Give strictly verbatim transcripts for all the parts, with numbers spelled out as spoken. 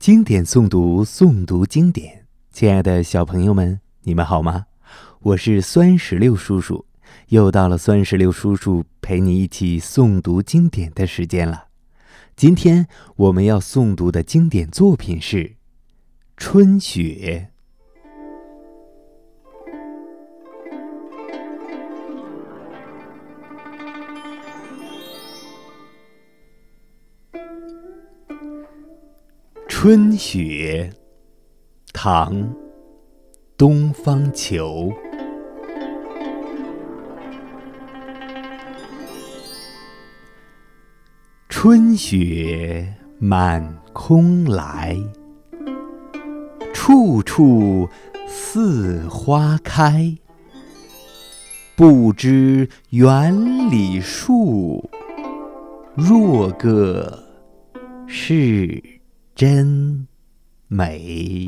经典诵读，诵读经典。亲爱的小朋友们，你们好吗？我是酸石榴叔叔，又到了酸石榴叔叔陪你一起诵读经典的时间了。今天我们要诵读的经典作品是《春雪》。春雪，唐·东方虬。春雪满空来，处处似花开。不知园里树，若个是真美。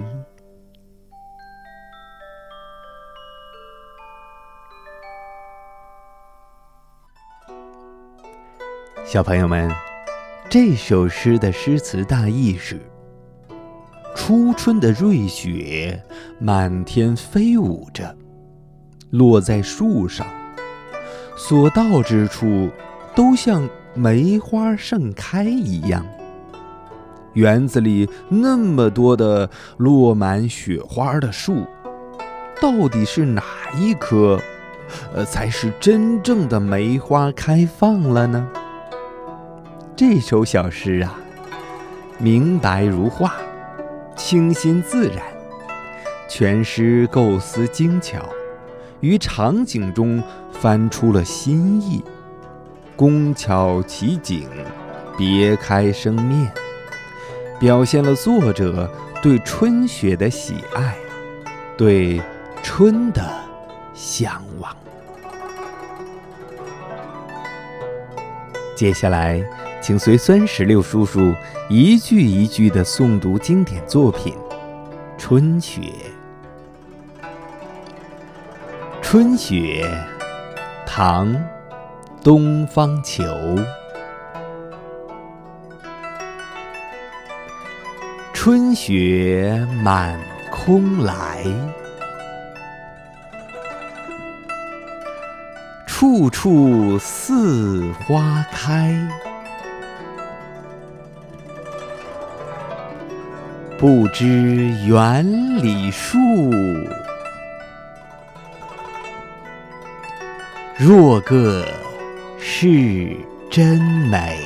小朋友们，这首诗的诗词大意是：初春的瑞雪满天飞舞着，落在树上，所到之处都像梅花盛开一样。园子里那么多的落满雪花的树，到底是哪一棵，呃，才是真正的梅花开放了呢？这首小诗啊，明白如画，清新自然，全诗构思精巧，于场景中翻出了新意，工巧奇景，别开生面，表现了作者对春雪的喜爱，对春的向往。接下来，请随酸石榴叔叔一句一句地诵读经典作品《春雪》。春雪，唐·东方虬。春雪满空来，处处似花开。不知园里树，若个是真美。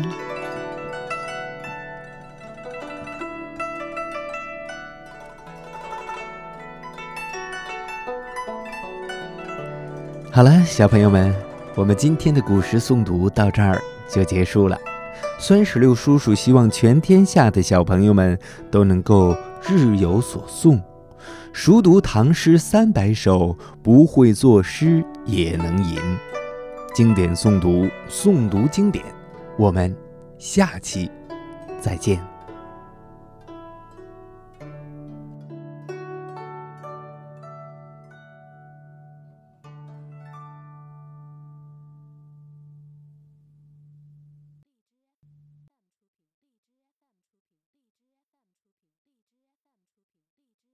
好了，小朋友们，我们今天的古诗诵读到这儿就结束了。酸石榴叔叔希望全天下的小朋友们都能够日有所诵，熟读唐诗三百首，不会作诗也能吟。经典诵读，诵读经典，我们下期再见。